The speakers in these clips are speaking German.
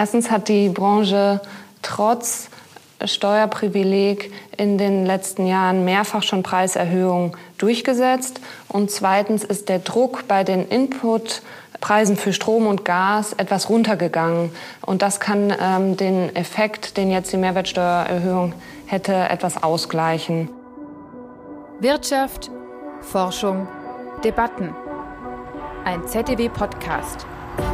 Erstens hat die Branche trotz Steuerprivileg in den letzten Jahren mehrfach schon Preiserhöhungen durchgesetzt. Und zweitens ist der Druck bei den Inputpreisen für Strom und Gas etwas runtergegangen. Und das kann den Effekt, den jetzt die Mehrwertsteuererhöhung hätte, etwas ausgleichen. Wirtschaft, Forschung, Debatten. Ein ZDW-Podcast.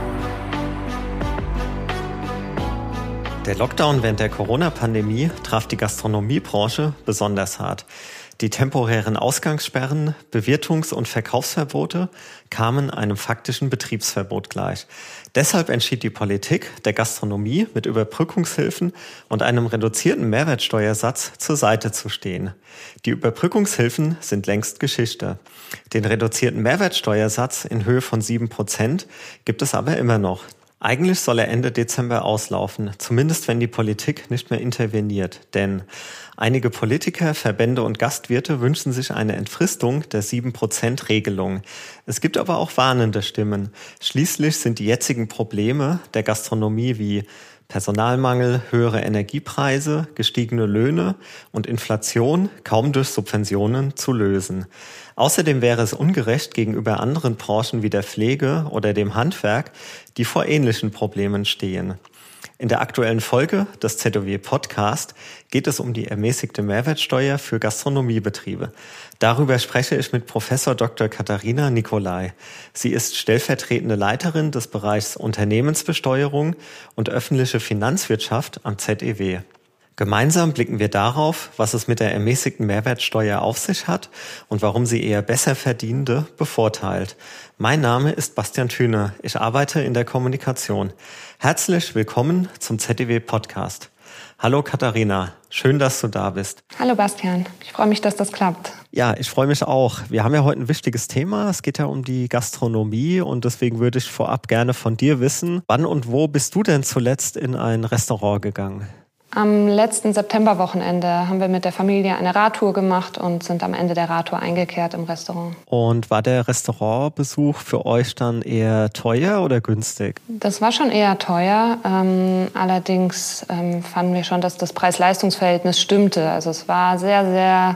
Der Lockdown während der Corona-Pandemie traf die Gastronomiebranche besonders hart. Die temporären Ausgangssperren, Bewirtungs- und Verkaufsverbote kamen einem faktischen Betriebsverbot gleich. Deshalb entschied die Politik, der Gastronomie mit Überbrückungshilfen und einem reduzierten Mehrwertsteuersatz zur Seite zu stehen. Die Überbrückungshilfen sind längst Geschichte. Den reduzierten Mehrwertsteuersatz in Höhe von 7% gibt es aber immer noch. Eigentlich soll er Ende Dezember auslaufen, zumindest wenn die Politik nicht mehr interveniert. Denn einige Politiker, Verbände und Gastwirte wünschen sich eine Entfristung der 7%-Regelung. Es gibt aber auch warnende Stimmen. Schließlich sind die jetzigen Probleme der Gastronomie wie Personalmangel, höhere Energiepreise, gestiegene Löhne und Inflation kaum durch Subventionen zu lösen. Außerdem wäre es ungerecht gegenüber anderen Branchen wie der Pflege oder dem Handwerk, die vor ähnlichen Problemen stehen. In der aktuellen Folge des ZDW-Podcast geht es um die ermäßigte Mehrwertsteuer für Gastronomiebetriebe. Darüber spreche ich mit Professor Dr. Katharina Nicolai. Sie ist stellvertretende Leiterin des Bereichs Unternehmensbesteuerung und öffentliche Finanzwirtschaft am ZEW. Gemeinsam blicken wir darauf, was es mit der ermäßigten Mehrwertsteuer auf sich hat und warum sie eher Besserverdienende bevorteilt. Mein Name ist Bastian Thüne. Ich arbeite in der Kommunikation. Herzlich willkommen zum ZDW-Podcast. Hallo Katharina, schön, dass du da bist. Hallo Bastian, ich freue mich, dass das klappt. Ja, ich freue mich auch. Wir haben ja heute ein wichtiges Thema. Es geht ja um die Gastronomie und deswegen würde ich vorab gerne von dir wissen, wann und wo bist du denn zuletzt in ein Restaurant gegangen? Am letzten Septemberwochenende haben wir mit der Familie eine Radtour gemacht und sind am Ende der Radtour eingekehrt im Restaurant. Und war der Restaurantbesuch für euch dann eher teuer oder günstig? Das war schon eher teuer. Allerdings fanden wir schon, dass das Preis-Leistungs-Verhältnis stimmte. Also es war sehr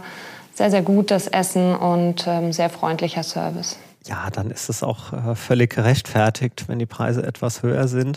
gutes Essen und sehr freundlicher Service. Ja, dann ist es auch völlig gerechtfertigt, wenn die Preise etwas höher sind.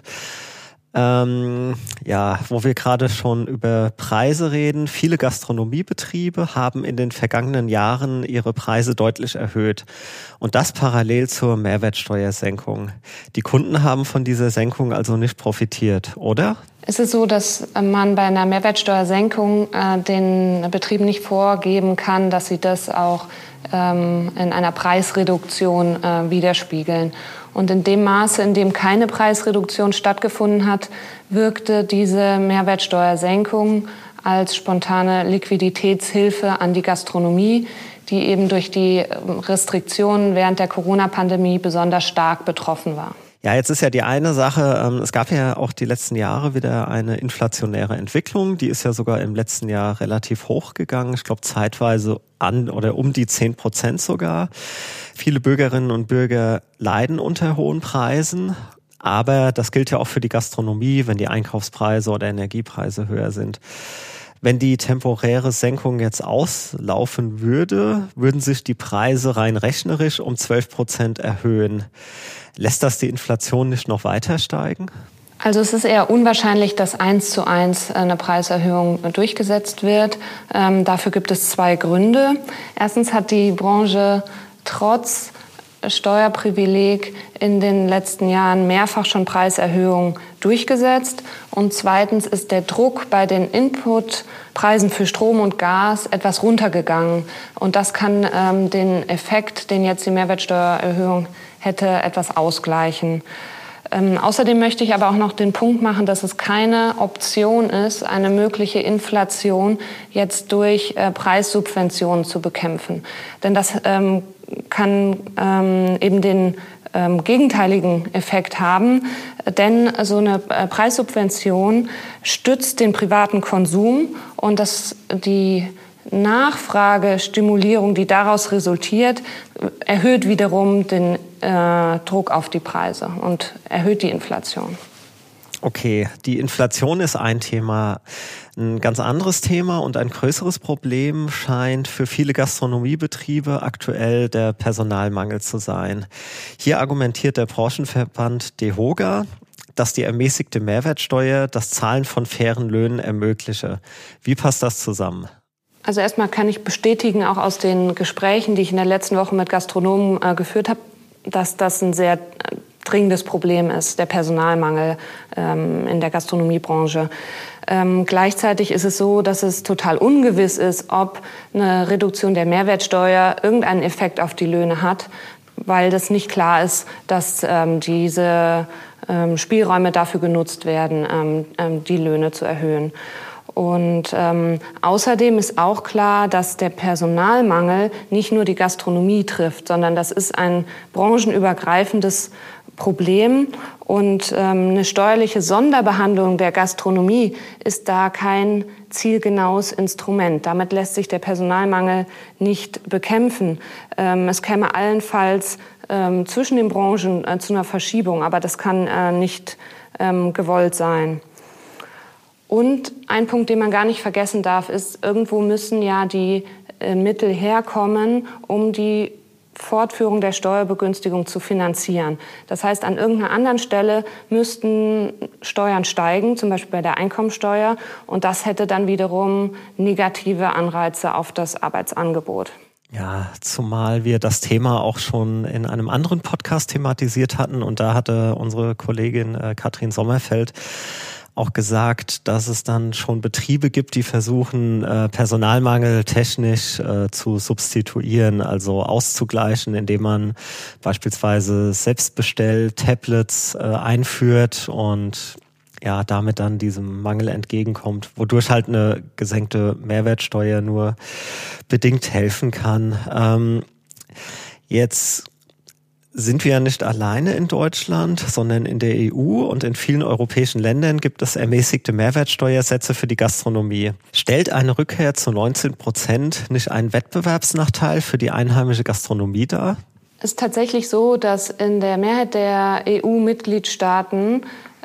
Wo wir gerade schon über Preise reden. Viele Gastronomiebetriebe haben in den vergangenen Jahren ihre Preise deutlich erhöht. Und das parallel zur Mehrwertsteuersenkung. Die Kunden haben von dieser Senkung also nicht profitiert, oder? Es ist so, dass man bei einer Mehrwertsteuersenkung den Betrieben nicht vorgeben kann, dass sie das auch in einer Preisreduktion widerspiegeln. Und in dem Maße, in dem keine Preisreduktion stattgefunden hat, wirkte diese Mehrwertsteuersenkung als spontane Liquiditätshilfe an die Gastronomie, die eben durch die Restriktionen während der Corona-Pandemie besonders stark betroffen war. Ja, jetzt ist ja die eine Sache, es gab ja auch die letzten Jahre wieder eine inflationäre Entwicklung. Die ist ja sogar im letzten Jahr relativ hoch gegangen. Ich glaube zeitweise an oder um die 10% sogar. Viele Bürgerinnen und Bürger leiden unter hohen Preisen. Aber das gilt ja auch für die Gastronomie, wenn die Einkaufspreise oder Energiepreise höher sind. Wenn die temporäre Senkung jetzt auslaufen würde, würden sich die Preise rein rechnerisch um 12% erhöhen. Lässt das die Inflation nicht noch weiter steigen? Also es ist eher unwahrscheinlich, dass 1:1 eine Preiserhöhung durchgesetzt wird. Dafür gibt es zwei Gründe. Erstens hat die Branche trotz Steuerprivileg in den letzten Jahren mehrfach schon Preiserhöhungen durchgesetzt. Und zweitens ist der Druck bei den Inputpreisen für Strom und Gas etwas runtergegangen. Und das kann den Effekt, den jetzt die Mehrwertsteuererhöhung hätte, etwas ausgleichen. Außerdem möchte ich aber auch noch den Punkt machen, dass es keine Option ist, eine mögliche Inflation jetzt durch Preissubventionen zu bekämpfen. Denn das kann eben den gegenteiligen Effekt haben. Denn so eine Preissubvention stützt den privaten Konsum und die Nachfragestimulierung, die daraus resultiert, erhöht wiederum den Druck auf die Preise und erhöht die Inflation. Okay, die Inflation ist ein Thema. Ein ganz anderes Thema und ein größeres Problem scheint für viele Gastronomiebetriebe aktuell der Personalmangel zu sein. Hier argumentiert der Branchenverband DEHOGA, dass die ermäßigte Mehrwertsteuer das Zahlen von fairen Löhnen ermögliche. Wie passt das zusammen? Also erstmal kann ich bestätigen, auch aus den Gesprächen, die ich in der letzten Woche mit Gastronomen geführt habe, dass das ein sehr dringendes Problem ist, der Personalmangel in der Gastronomiebranche. Gleichzeitig ist es so, dass es total ungewiss ist, ob eine Reduktion der Mehrwertsteuer irgendeinen Effekt auf die Löhne hat, weil das nicht klar ist, dass diese Spielräume dafür genutzt werden, die Löhne zu erhöhen. Und außerdem ist auch klar, dass der Personalmangel nicht nur die Gastronomie trifft, sondern das ist ein branchenübergreifendes Problem. Und eine steuerliche Sonderbehandlung der Gastronomie ist da kein zielgenaues Instrument. Damit lässt sich der Personalmangel nicht bekämpfen. Es käme allenfalls zwischen den Branchen zu einer Verschiebung, aber das kann nicht gewollt sein. Und ein Punkt, den man gar nicht vergessen darf, ist, irgendwo müssen ja die Mittel herkommen, um die Fortführung der Steuerbegünstigung zu finanzieren. Das heißt, an irgendeiner anderen Stelle müssten Steuern steigen, zum Beispiel bei der Einkommensteuer. Und das hätte dann wiederum negative Anreize auf das Arbeitsangebot. Ja, zumal wir das Thema auch schon in einem anderen Podcast thematisiert hatten. Und da hatte unsere Kollegin Katrin Sommerfeld auch gesagt, dass es dann schon Betriebe gibt, die versuchen, Personalmangel technisch zu substituieren, also auszugleichen, indem man beispielsweise Selbstbestell-Tablets einführt und ja, damit dann diesem Mangel entgegenkommt, wodurch halt eine gesenkte Mehrwertsteuer nur bedingt helfen kann. Jetzt sind wir ja nicht alleine in Deutschland, sondern in der EU und in vielen europäischen Ländern gibt es ermäßigte Mehrwertsteuersätze für die Gastronomie. Stellt eine Rückkehr zu 19% nicht einen Wettbewerbsnachteil für die einheimische Gastronomie dar? Es ist tatsächlich so, dass in der Mehrheit der EU-Mitgliedstaaten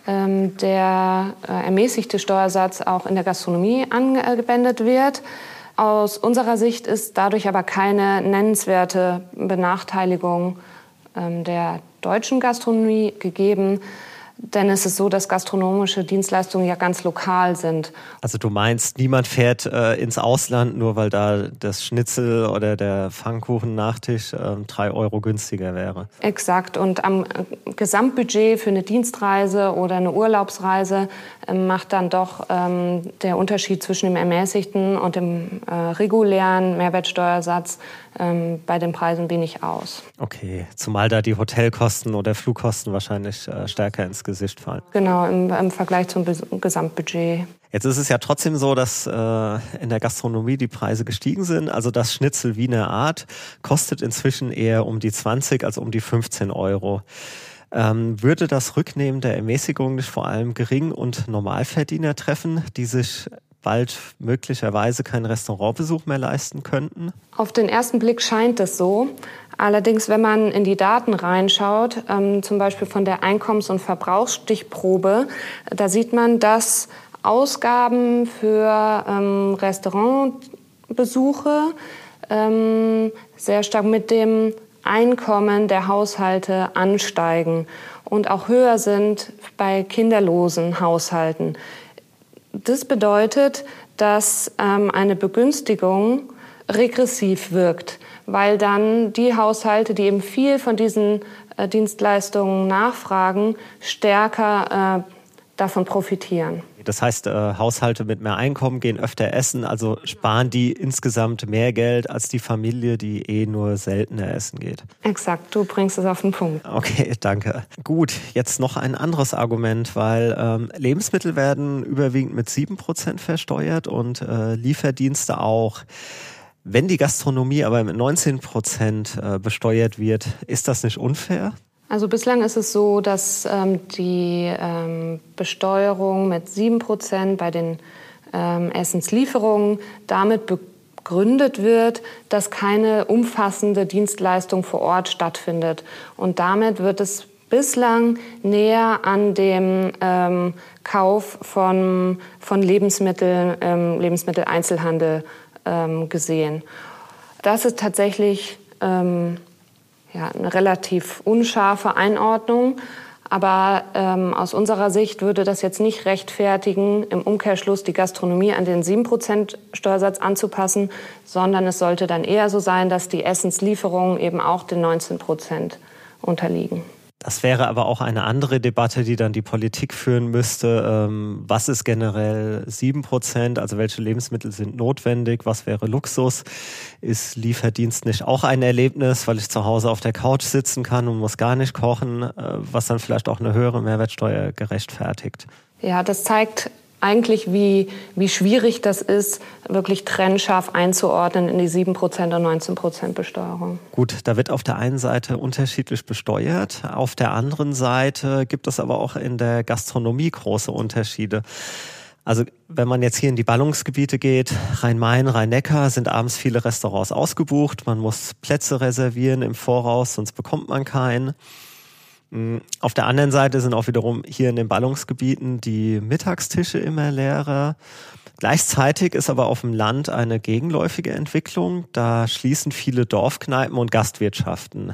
der ermäßigte Steuersatz auch in der Gastronomie angewendet wird. Aus unserer Sicht ist dadurch aber keine nennenswerte Benachteiligung der deutschen Gastronomie gegeben, denn es ist so, dass gastronomische Dienstleistungen ja ganz lokal sind. Also du meinst, niemand fährt ins Ausland, nur weil da das Schnitzel oder der Pfannkuchen-Nachtisch 3 Euro günstiger wäre? Exakt. Und am Gesamtbudget für eine Dienstreise oder eine Urlaubsreise macht dann doch der Unterschied zwischen dem ermäßigten und dem regulären Mehrwertsteuersatz bei den Preisen wenig aus. Okay, zumal da die Hotelkosten oder Flugkosten wahrscheinlich stärker ins Gesicht fallen. Genau, im Vergleich zum Gesamtbudget. Jetzt ist es ja trotzdem so, dass in der Gastronomie die Preise gestiegen sind. Also das Schnitzel Wiener Art kostet inzwischen eher um die 20 als um die 15 Euro. Würde das Rücknehmen der Ermäßigung nicht vor allem Gering- und Normalverdiener treffen, die sich bald möglicherweise keinen Restaurantbesuch mehr leisten könnten? Auf den ersten Blick scheint es so. Allerdings, wenn man in die Daten reinschaut, zum Beispiel von der Einkommens- und Verbrauchsstichprobe, da sieht man, dass Ausgaben für Restaurantbesuche sehr stark mit dem Einkommen der Haushalte ansteigen und auch höher sind bei kinderlosen Haushalten. Das bedeutet, dass eine Begünstigung regressiv wirkt, weil dann die Haushalte, die eben viel von diesen Dienstleistungen nachfragen, stärker davon profitieren. Das heißt, Haushalte mit mehr Einkommen gehen öfter essen, also sparen die insgesamt mehr Geld als die Familie, die nur seltener essen geht. Exakt, du bringst es auf den Punkt. Okay, danke. Gut, jetzt noch ein anderes Argument, weil Lebensmittel werden überwiegend mit 7% versteuert und Lieferdienste auch. Wenn die Gastronomie aber mit 19% besteuert wird, ist das nicht unfair? Also bislang ist es so, dass die Besteuerung mit 7% bei den Essenslieferungen damit begründet wird, dass keine umfassende Dienstleistung vor Ort stattfindet. Und damit wird es bislang näher an dem Kauf von Lebensmitteln im Lebensmitteleinzelhandel gesehen. Das ist tatsächlich eine relativ unscharfe Einordnung. Aber aus unserer Sicht würde das jetzt nicht rechtfertigen, im Umkehrschluss die Gastronomie an den 7% Steuersatz anzupassen, sondern es sollte dann eher so sein, dass die Essenslieferungen eben auch den 19% unterliegen. Das wäre aber auch eine andere Debatte, die dann die Politik führen müsste. Was ist generell 7%? Also welche Lebensmittel sind notwendig? Was wäre Luxus? Ist Lieferdienst nicht auch ein Erlebnis, weil ich zu Hause auf der Couch sitzen kann und muss gar nicht kochen, was dann vielleicht auch eine höhere Mehrwertsteuer gerechtfertigt? Ja, das zeigt eigentlich, wie schwierig das ist, wirklich trennscharf einzuordnen in die 7% und 19% Besteuerung. Gut, da wird auf der einen Seite unterschiedlich besteuert. Auf der anderen Seite gibt es aber auch in der Gastronomie große Unterschiede. Also wenn man jetzt hier in die Ballungsgebiete geht, Rhein-Main, Rhein-Neckar, sind abends viele Restaurants ausgebucht. Man muss Plätze reservieren im Voraus, sonst bekommt man keinen. Auf der anderen Seite sind auch wiederum hier in den Ballungsgebieten die Mittagstische immer leerer. Gleichzeitig ist aber auf dem Land eine gegenläufige Entwicklung. Da schließen viele Dorfkneipen und Gastwirtschaften.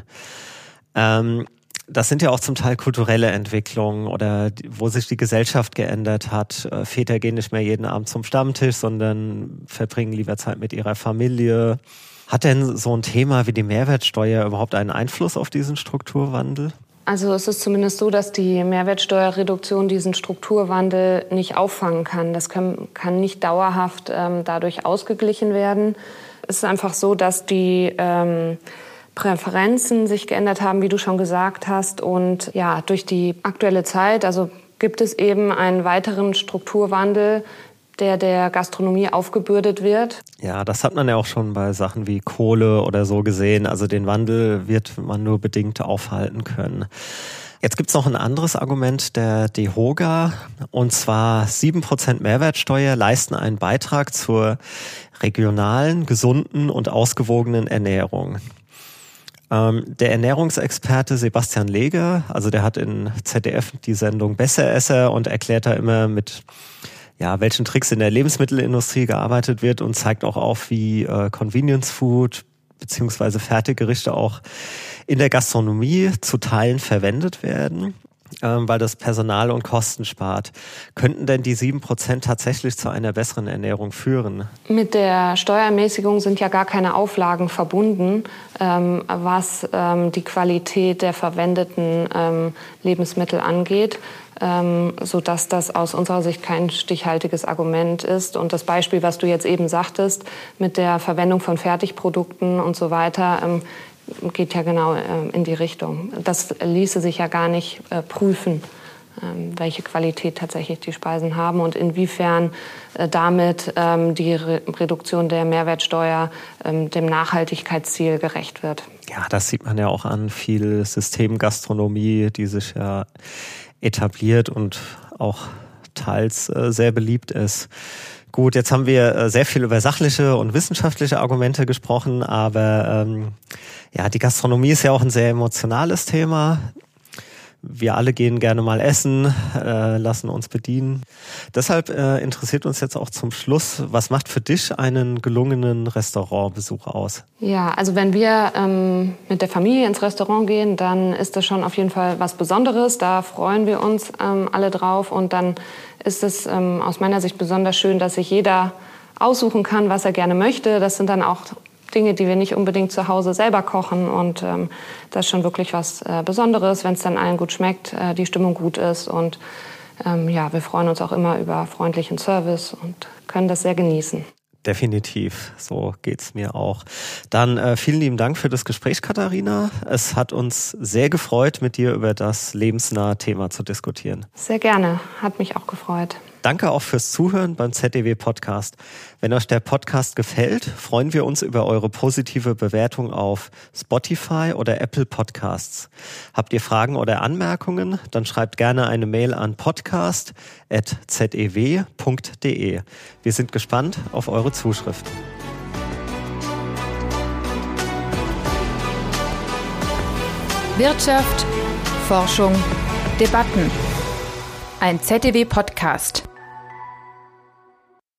Das sind ja auch zum Teil kulturelle Entwicklungen oder wo sich die Gesellschaft geändert hat. Väter gehen nicht mehr jeden Abend zum Stammtisch, sondern verbringen lieber Zeit mit ihrer Familie. Hat denn so ein Thema wie die Mehrwertsteuer überhaupt einen Einfluss auf diesen Strukturwandel? Also es ist zumindest so, dass die Mehrwertsteuerreduktion diesen Strukturwandel nicht auffangen kann. Das kann nicht dauerhaft dadurch ausgeglichen werden. Es ist einfach so, dass die Präferenzen sich geändert haben, wie du schon gesagt hast. Und ja, durch die aktuelle Zeit, also gibt es eben einen weiteren Strukturwandel, der Gastronomie aufgebürdet wird. Ja, das hat man ja auch schon bei Sachen wie Kohle oder so gesehen. Also den Wandel wird man nur bedingt aufhalten können. Jetzt gibt's noch ein anderes Argument der DEHOGA, und zwar 7% Mehrwertsteuer leisten einen Beitrag zur regionalen, gesunden und ausgewogenen Ernährung. Der Ernährungsexperte Sebastian Leger, also der hat in ZDF die Sendung Besseresser und erklärt da immer mit welchen Tricks in der Lebensmittelindustrie gearbeitet wird und zeigt auch auf, wie Convenience Food bzw. Fertiggerichte auch in der Gastronomie zu Teilen verwendet werden, weil das Personal und Kosten spart. Könnten denn die 7% tatsächlich zu einer besseren Ernährung führen? Mit der Steuerermäßigung sind ja gar keine Auflagen verbunden, was die Qualität der verwendeten Lebensmittel angeht, sodass das aus unserer Sicht kein stichhaltiges Argument ist. Und das Beispiel, was du jetzt eben sagtest, mit der Verwendung von Fertigprodukten und so weiter, geht ja genau in die Richtung. Das ließe sich ja gar nicht prüfen, welche Qualität tatsächlich die Speisen haben und inwiefern damit die Reduktion der Mehrwertsteuer dem Nachhaltigkeitsziel gerecht wird. Ja, das sieht man ja auch an viel Systemgastronomie, die sich ja etabliert und auch teils sehr beliebt ist. Gut, jetzt haben wir sehr viel über sachliche und wissenschaftliche Argumente gesprochen, aber die Gastronomie ist ja auch ein sehr emotionales Thema. Wir alle gehen gerne mal essen, lassen uns bedienen. Deshalb interessiert uns jetzt auch zum Schluss, was macht für dich einen gelungenen Restaurantbesuch aus? Ja, also wenn wir mit der Familie ins Restaurant gehen, dann ist das schon auf jeden Fall was Besonderes. Da freuen wir uns alle drauf. Und dann ist es aus meiner Sicht besonders schön, dass sich jeder aussuchen kann, was er gerne möchte. Das sind dann auch Dinge, die wir nicht unbedingt zu Hause selber kochen. Und das ist schon wirklich was Besonderes, wenn es dann allen gut schmeckt, die Stimmung gut ist. Und wir freuen uns auch immer über freundlichen Service und können das sehr genießen. Definitiv, so geht's mir auch. Dann vielen lieben Dank für das Gespräch, Katharina. Es hat uns sehr gefreut, mit dir über das lebensnahe Thema zu diskutieren. Sehr gerne, hat mich auch gefreut. Danke auch fürs Zuhören beim ZDW Podcast. Wenn euch der Podcast gefällt, freuen wir uns über eure positive Bewertung auf Spotify oder Apple Podcasts. Habt ihr Fragen oder Anmerkungen? Dann schreibt gerne eine Mail an podcast@zew.de. Wir sind gespannt auf eure Zuschriften. Wirtschaft Forschung, Debatten. Ein ZDW-Podcast.